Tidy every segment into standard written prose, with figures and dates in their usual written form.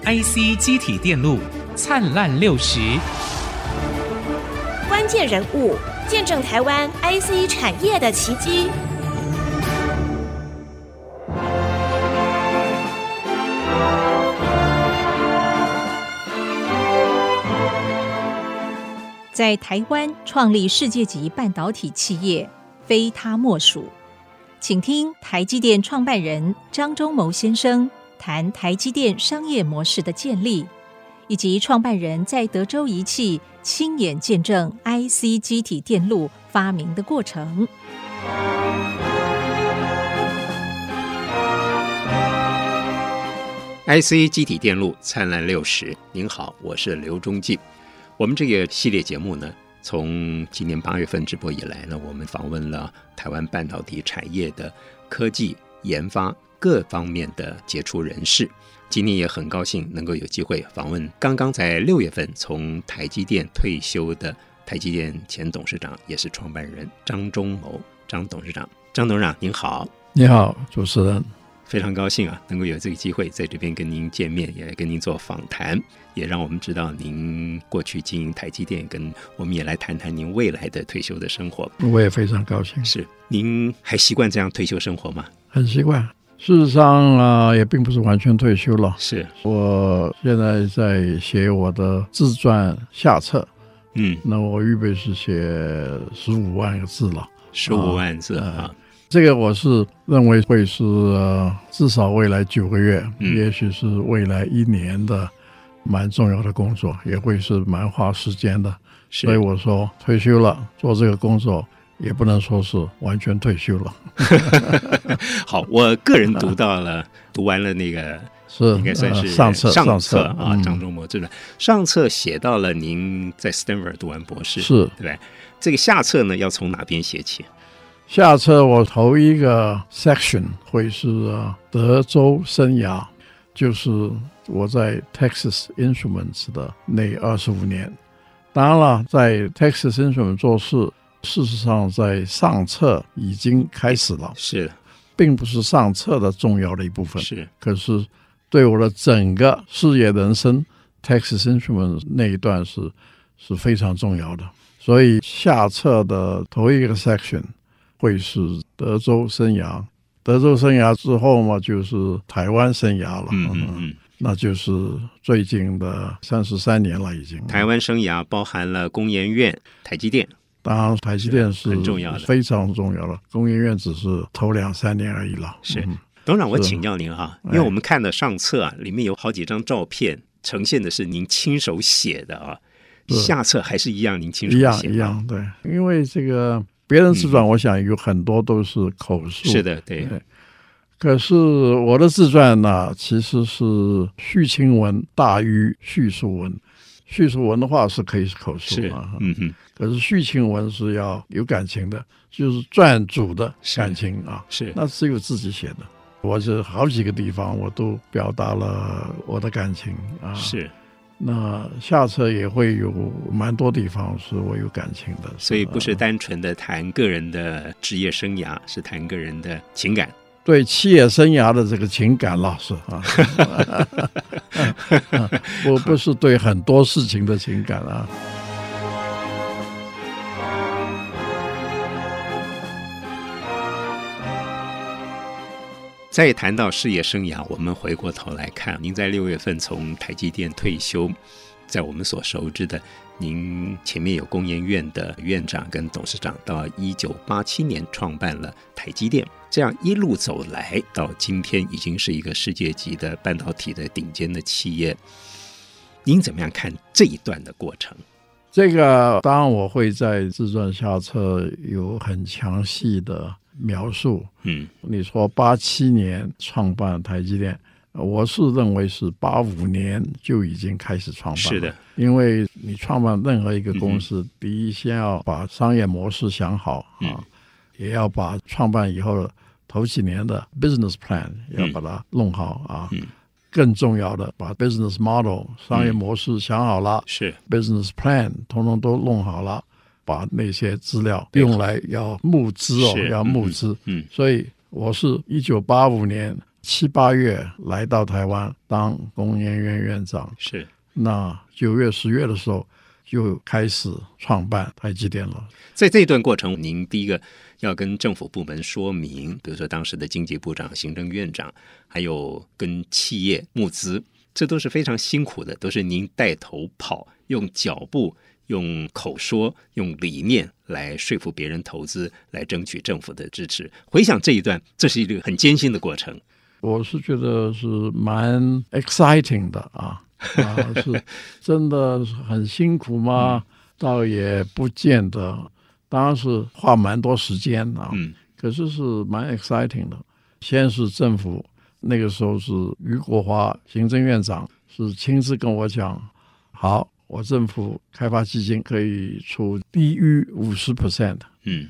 IC 基体电路灿烂60， 关键人物见证台湾 IC 产业的奇迹。 在台湾创立世界级半导体企业，非他莫属。请听台积电创办人张忠谋先生谈台积电商业模式的建立，以及创办人在德州仪器亲眼见证 IC 基体电路发明的过程。 IC 基体电路灿烂60，您好，我是刘忠进。我们这个系列节目呢，从今年8月份直播以来呢，我们访问了台湾半导体产业的科技研发各方面的杰出人士。今天也很高兴能够有机会访问刚刚在6月份从台积电退休的台积电前董事长，也是创办人张忠谋张董事长。张董事长您好。 你好，主持人。 非常高兴啊，能够有这个机会在这边跟您见面，也跟您做访谈，也让我们知道您过去经营台积电，跟我们也来谈谈您未来的退休的生活。 我也非常高兴。 是，您还习惯这样退休生活吗？ 很习惯。事实上也并不是完全退休了。 是， 我现在在写我的自传下册。那我预备是写15万个字了。 15万字啊。 这个我是认为会是至少未来9个月，也许是未来1年的蛮重要的工作，也会是蛮花时间的。所以我说退休了做这个工作，也不能说是完全退休了。 好，我个人读完了那个应该算是上册啊，张忠谋这本上册写到了您在 Stanford 读完博士， 是对吧？这个下册呢要从哪边写起？ 下册我头一个 section 会是德州生涯，就是我在 Texas Instruments 的那25年。当然了，在 Texas Instruments 做事，事实上在上册已经开始了， 是， 并不是上册的重要的一部分， 是。 可是对我的整个事业人生 ，Texas Instruments 那一段是非常重要的。所以下册的头一个 section会是德州生涯，德州生涯之后嘛，就是台湾生涯了。那就是最近的33年了已经。 台湾生涯包含了工研院、台积电。 当然台积电是很重要的， 非常重要的。工研院只是头2-3年而已了。 是，董事长，我请教您啊，因为我们看的上册啊，里面有好几张照片，呈现的是您亲手写的啊。下册还是一样，您亲手写？一样， 对。因为这个别人自传，我想有很多都是口述。 是的，对。 可是我的自传呢，其实是叙情文大于叙述文。叙述文的话是可以是口述啊，可是叙情文是要有感情的，就是传主的感情啊， 是。 那只有自己写的。我是好几个地方我都表达了我的感情啊， 是。 那下册也会有蛮多地方是我有感情的， 所以不是单纯的谈个人的职业生涯，是谈个人的情感， 对企业生涯的这个情感了，是啊，我不是对很多事情的情感啊。 再谈到事业生涯，我们回过头来看，您在6月份从台积电退休，在我们所熟知的，您前面有工研院的院长跟董事长，到1987年创办了台积电，这样一路走来，到今天已经是一个世界级的半导体的顶尖的企业。您怎么样看这一段的过程？ 这个当然我会在自传下册有很详细的描述。你说87年创办台积电，我是认为是85年就已经开始创办了。 是的， 因为你创办任何一个公司，第一先要把商业模式想好啊，也要把创办以后的头几年的 business plan 要把它弄好啊。更重要的，把 business model 商业模式想好了， 是 business plan 统统都弄好了，把那些资料用来要募资要募资。所以我是1985年 7、8月来到台湾当工研院院长， 是。 那9月、10月的时候就开始创办台积电了。 在这一段过程，您第一个要跟政府部门说明，比如说当时的经济部长、行政院长，还有跟企业募资，这都是非常辛苦的，都是您带头跑，用脚步、用口说、用理念来说服别人投资，来争取政府的支持。回想这一段，这是一个很艰辛的过程。 我是觉得是蛮 exciting 的啊，是真的很辛苦吗？倒也不见得，当然是花蛮多时间啊，可是是蛮 exciting 的。先是政府那个时候是俞国华行政院长是亲自跟我讲，好，我政府开发基金可以出低于 50%，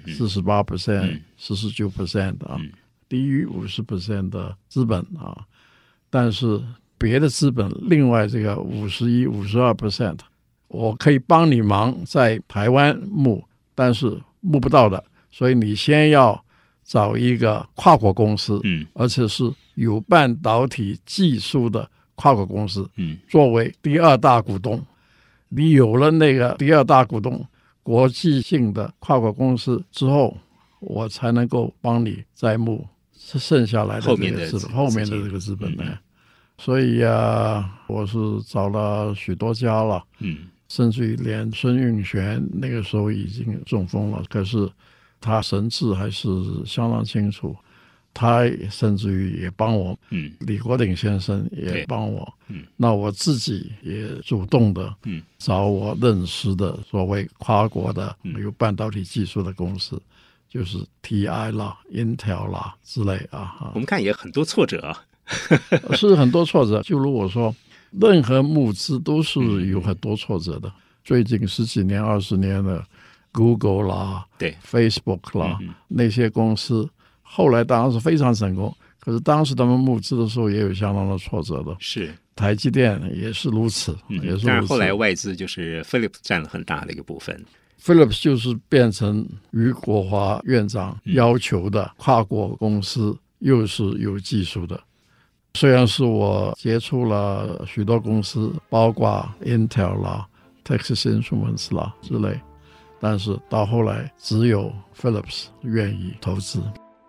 48%、49% 啊，低于 50% 的资本啊，但是别的资本另外这个51、52%，我可以帮你忙在台湾募，但是募不到的，所以你先要找一个跨国公司，而且是有半导体技术的跨国公司，作为第二大股东。你有了那个第二大股东，国际性的跨国公司之后，我才能够帮你再募剩下来的这个资本，后面的这个资本呢。所以我是找了许多家了，甚至于连孙运璇那个时候已经中风了，可是他神志还是相当清楚，他甚至于也帮我，李国鼎先生也帮我，那我自己也主动的找我认识的所谓跨国的有半导体技术的公司，就是 TI 啦、Intel 啦之类啊。 我们看也很多挫折啊， 是很多挫折。就如我说，任何募资都是有很多挫折的。最近10几年、20年的 Google 啦、 对 Facebook 啦，那些公司后来当然是非常成功，可是当时他们募资的时候也有相当的挫折的。 是， 台积电也是如此，也是如此。 但是后来外资就是 Philips 占了很大的一个部分。 Philips 就是变成俞国华院长要求的跨国公司，又是有技术的。虽然是我接触了许多公司，包括 Intel 啦、Texas Instruments 啦之类，但是到后来只有 Philips 愿意投资。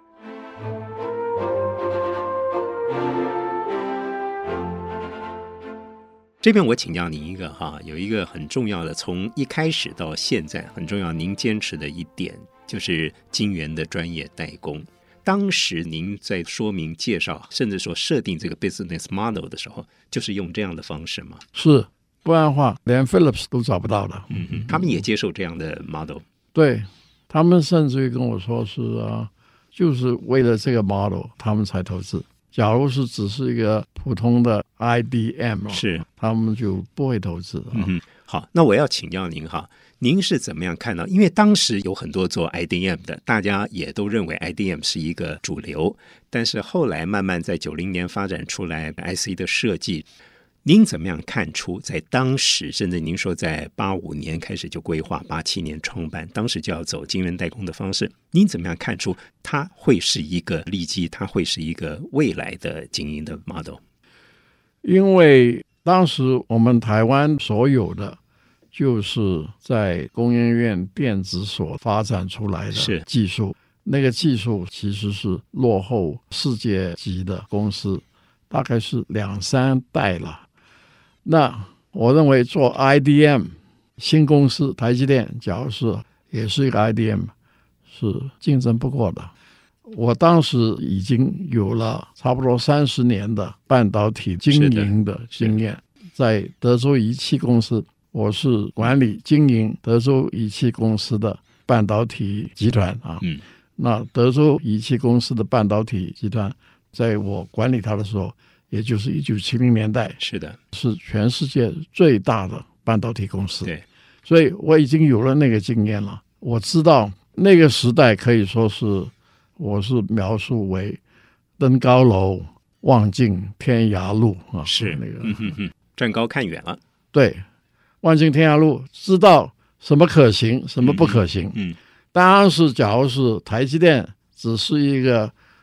这边我请教您一个有一个很重要的，从一开始到现在很重要您坚持的一点，就是晶圆的专业代工。当时您在说明介绍甚至说设定这个 business model 的时候，就是用这样的方式吗？ 是，不然的话连 Philips 都找不到的。 他们也接受这样的 model。 对，他们甚至于跟我说是就是为了这个 model 他们才投资。假如是只是一个普通的 IDM， 是他们就不会投资。 好，那我要请教您您是怎么样看到？因为当时有很多做 IDM 的，大家也都认为 IDM 是一个主流，但是后来慢慢在90年发展出来 IC 的设计。您怎么样看出在当时，甚至您说在85年开始就规划，87年创办，当时就要走晶圆代工的方式，您怎么样看出它会是一个利基，它会是一个未来的经营的 model？ 因为当时我们台湾所有的就是在工研院电子所发展出来的技术，那个技术其实是落后世界级的公司，大概是2-3代了。那我认为做 IDM 新公司台积电假如是也是一个 IDM 是竞争不过的。我当时已经有了差不多30年的半导体经营的经验，在德州仪器公司我是管理经营德州仪器公司的半导体集团那德州仪器公司的半导体集团在我管理它的时候，也就是1970年代，是全世界最大的半导体公司。对，所以我已经有了那个经验了。我知道那个时代可以说是我是描述为登高楼望尽天涯路是那个站高看远了。 对，望尽天涯路，知道什么可行，什么不可行。当然是假如是台积电只是一个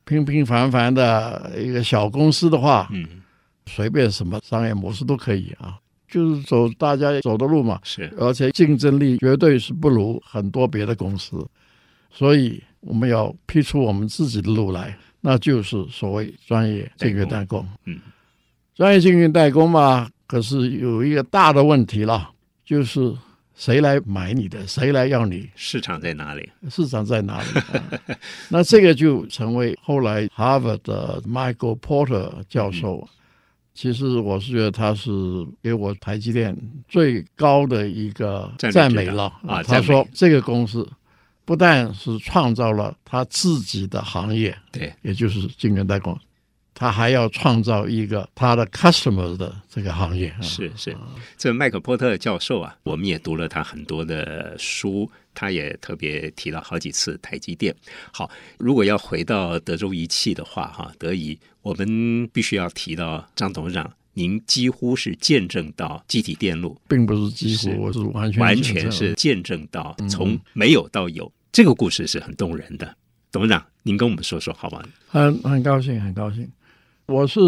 平平凡凡的一个小公司的话，随便什么商业模式都可以啊，就是走大家走的路嘛， 是， 而且竞争力绝对是不如很多别的公司，所以我们要辟出我们自己的路来，那就是所谓专业竞运代工。专业竞运代工嘛，可是有一个大的问题了，就是谁来买你的，谁来要你， 市场在哪里？ 市场在哪里？那这个就成为后来 Harvard 的 Michael Porter 教授。其实我是觉得他是给我台积电最高的一个赞美了啊！他说这个公司不但是创造了他自己的行业， 对， 也就是晶圆代工，他还要创造一个他的 customers 的这个行业。 是，这麦克波特教授啊，我们也读了他很多的书，他也特别提到好几次台积电。好，如果要回到德州仪器的话，哈，德仪，我们必须要提到张董事长，您几乎是见证到积体电路， 并不是几乎，我是完全是见证到从没有到有，这个故事是很动人的。董事长，您跟我们说说好吗？ 很高兴，很高兴。我是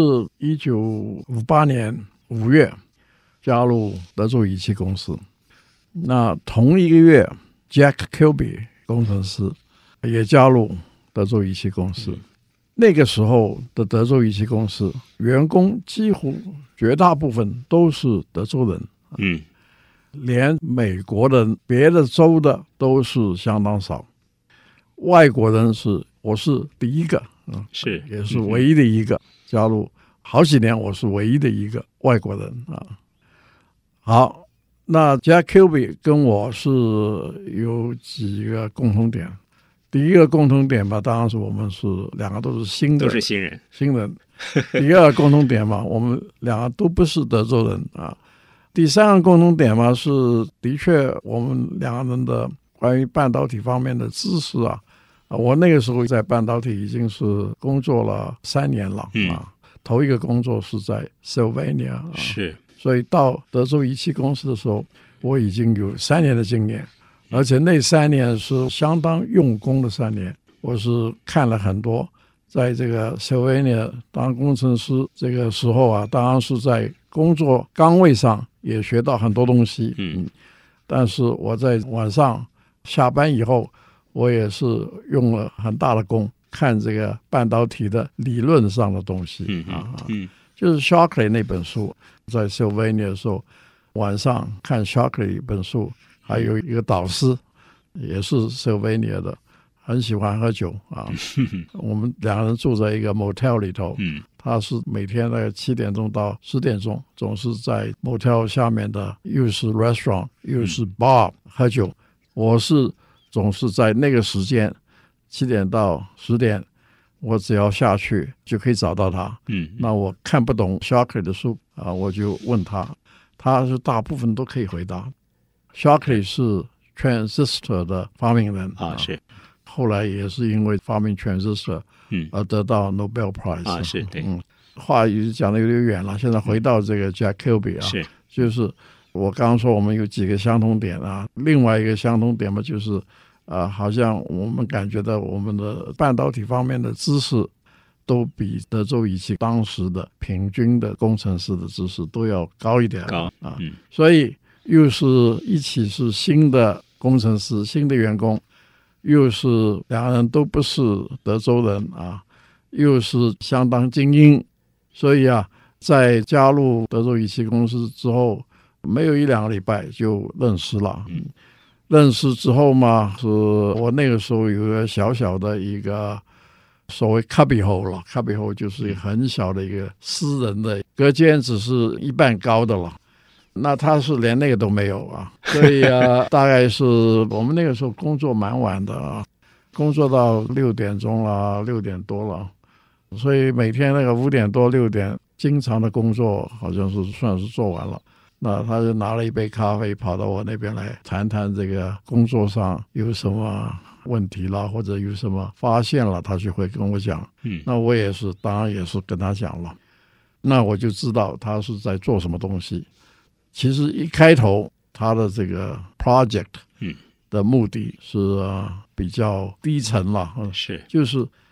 1958年5月加入德州仪器公司，那同一个月 Jack Kilby 工程师也加入德州仪器公司。那个时候的德州仪器公司员工几乎绝大部分都是德州人，连美国的别的州的都是相当少，外国人我是第一个， 是也是唯一的一个加入，好几年我是唯一的一个外国人啊。好，那 Jack Kilby 跟我是有几个共同点。第一个共同点吧，当然是我们是两个都是新人。第二个共同点嘛，我们两个都不是德州人啊。第三个共同点嘛，是的确我们两个人的关于半导体方面的知识啊，我那个时候在半导体已经是工作了3年了啊。头一个工作是在 Sylvania 啊， 是， 所以到德州仪器公司的时候，我已经有3年的经验。而且那3年是相当用功的3年，我是看了很多，在这个 Sylvania 当工程师这个时候啊，当然是在工作岗位上也学到很多东西，但是我在晚上下班以后，我也是用了很大的功看这个半导体的理论上的东西，就是 Shockley 那本书，在 Sylvania 的时候晚上看 Shockley 一本书。还有一个导师也是 Sylvania 的，很喜欢喝酒啊。我们两个人住在一个 motel 里头，他是每天大概7点钟到10点钟，总是在 motel 下面的又是 restaurant 又是 bar 喝酒。我是总是在那个时间7点到10点，我只要下去就可以找到他。那我看不懂 Shockley 的书啊，我就问他，他是大部分都可以回答。Shockley 是 transistor 的发明人啊，是后来也是因为发明 transistor 而得到 Nobel Prize 啊，是对。 话语讲的有点远了，现在回到这个 Jack Kilby 啊， 是就是我刚刚说我们有几个相同点啊，另外一个相同点嘛，就是好像我们感觉到我们的半导体方面的知识都比德州仪器当时的平均的工程师的知识都要高一点啊，所以又是一起是新的工程师，新的员工，又是两个人都不是德州人啊，又是相当精英，所以啊，在加入德州仪器公司之后，没有1-2个礼拜就认识了。认识之后嘛，是我那个时候有一个小小的一个所谓 cubby hole 了 ，cubby hole 就是一个很小的一个私人的隔间，只是1半高的了。那他是连那个都没有啊，所以大概是我们那个时候工作蛮晚的啊，工作到6点钟了，6点多了，所以每天那个5点多6点，经常的工作好像是算是做完了。那他就拿了一杯咖啡跑到我那边来谈谈这个工作上有什么问题了，或者有什么发现了，他就会跟我讲。那我也是，当然也是跟他讲了，那我就知道他是在做什么东西。其实一开头他的这个 project 的目的是比较低层了， 是就是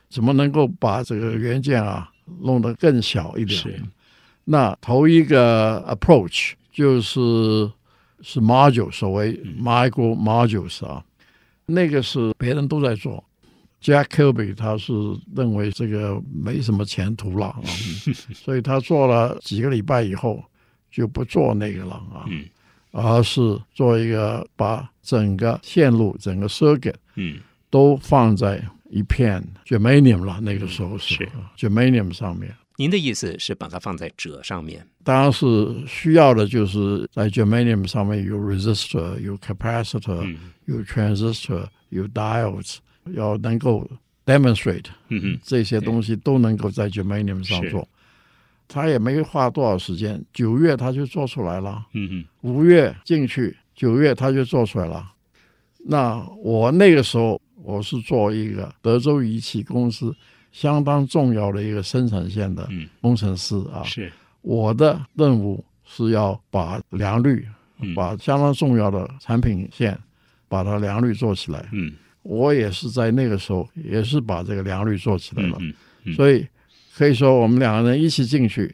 怎么能够把这个元件弄得更小一点。 是， 那头一个 approach 是 module， 所谓 micro modules 那个是别人都在做。Jack Kilby 他是认为这个没什么前途了所以他做了几个礼拜以后就不做那个了而是做一个把整个线路整个 circuit 都放在一片 germanium 了，那个时候是 germanium 上面。 您的意思是把它放在锗上面？ 当然是需要的，就是在 germanium 上面有 resistor 有 capacitor有 transistor 有 diodes， 要能够 demonstrate 这些东西都能够在 germanium 上做。他也没花多少时间，9月他就做出来了，5月进去，9月他就做出来了。那我那个时候我是做一个德州仪器公司相当重要的一个生产线的工程师是我的任务是要把良率把相当重要的产品线把它良率做起来我也是在那个时候也是把这个良率做起来了所以可以说我们两个人一起进去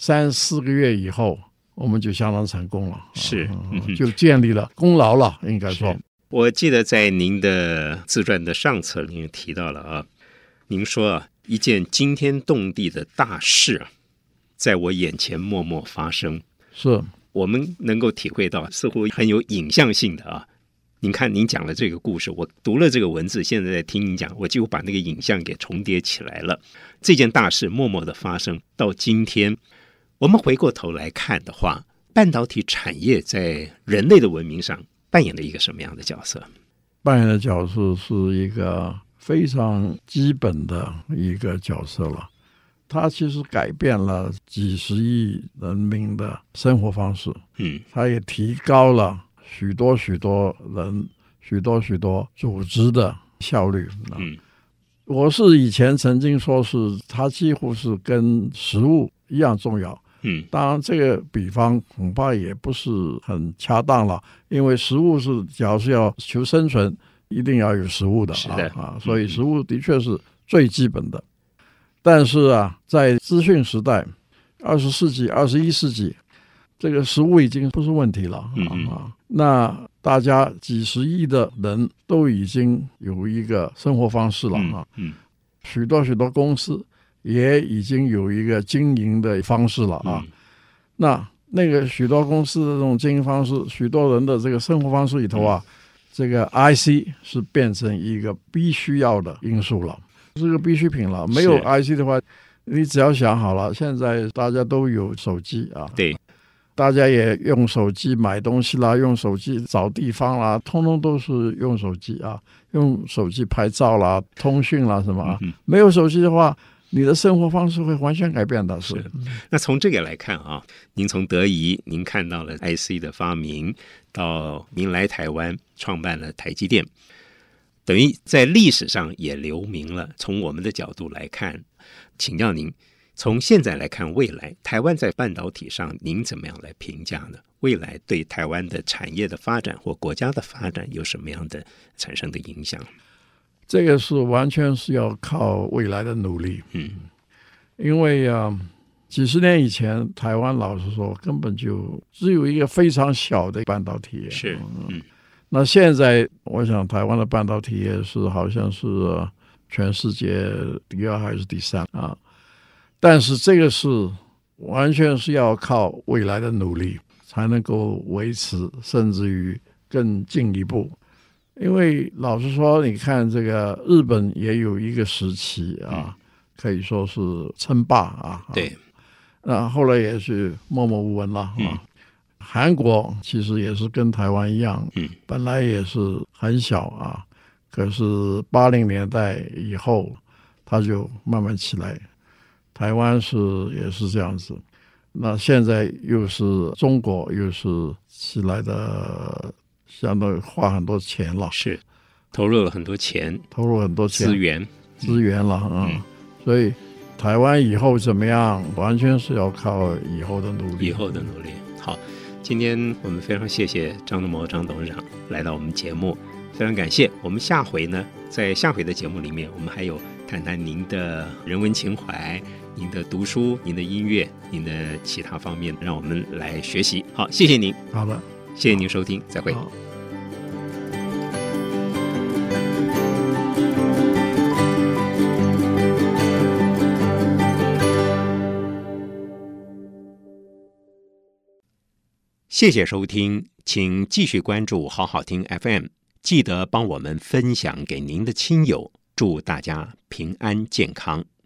3-4个月以后我们就相当成功了， 是就建立了功劳了，应该说。 我记得在您的自传的上册里面提到了您说一件惊天动地的大事在我眼前默默发生， 是我们能够体会到似乎很有影像性的您看您讲了这个故事，我读了这个文字，现在在听您讲，我几乎把那个影像给重叠起来了。这件大事默默的发生到今天，我们回过头来看的话，半导体产业在人类的文明上扮演了一个什么样的角色？ 扮演的角色是一个非常基本的一个角色了，它其实改变了几十亿人民的生活方式它也提高了许多人许多组织的效率我是以前曾经说是它几乎是跟食物一样重要当然这个比方恐怕也不是很恰当了，因为食物是假如是要求生存一定要有食物的所以食物的确是最基本的但是在资讯时代20世纪21世纪这个食物已经不是问题了那大家几十亿的人都已经有一个生活方式了许多公司也已经有一个经营的方式了那个许多公司的这种经营方式，许多人的这个生活方式里头这个 IC 是变成一个必须要的因素了，是个必需品了。没有 IC 的话，你只要想好了，现在大家都有手机对， 大家也用手机买东西啦，用手机找地方啦，通通都是用手机用手机拍照啦，通讯啦什么没有手机的话你的生活方式会完全改变的。是那从这个来看您从德仪您看到了 IC 的发明，到您来台湾创办了台积电，等于在历史上也留名了。从我们的角度来看，请教您从现在来看未来台湾在半导体上您怎么样来评价呢？未来对台湾的产业的发展或国家的发展有什么样的产生的影响？ 这个是完全是要靠未来的努力因为几十年以前台湾老实说根本就只有一个非常小的半导体业是那现在我想台湾的半导体业是好像是全世界第2还是第3但是这个是完全是要靠未来的努力才能够维持，甚至于更进一步。因为老实说你看这个日本也有一个时期可以说是称霸对， 那后来也是默默无闻了韩国其实也是跟台湾一样本来也是很小可是80年代以后它就慢慢起来，台湾也是这样子，那现在又是中国又是起来的，相当于花很多钱了， 是投入了很多钱资源了所以台湾以后怎么样完全是要靠以后的努力好，今天我们非常谢谢张忠谋张董事长来到我们节目，非常感谢。我们下回呢，在下回的节目里面我们还有谈谈您的人文情怀、您的读书、您的音乐、您的其他方面，让我们来学习。好，谢谢您。 好的， 谢谢您收听，再会。 好。 谢谢收听，请继续关注好好听 FM， 记得帮我们分享给您的亲友，祝大家平安健康。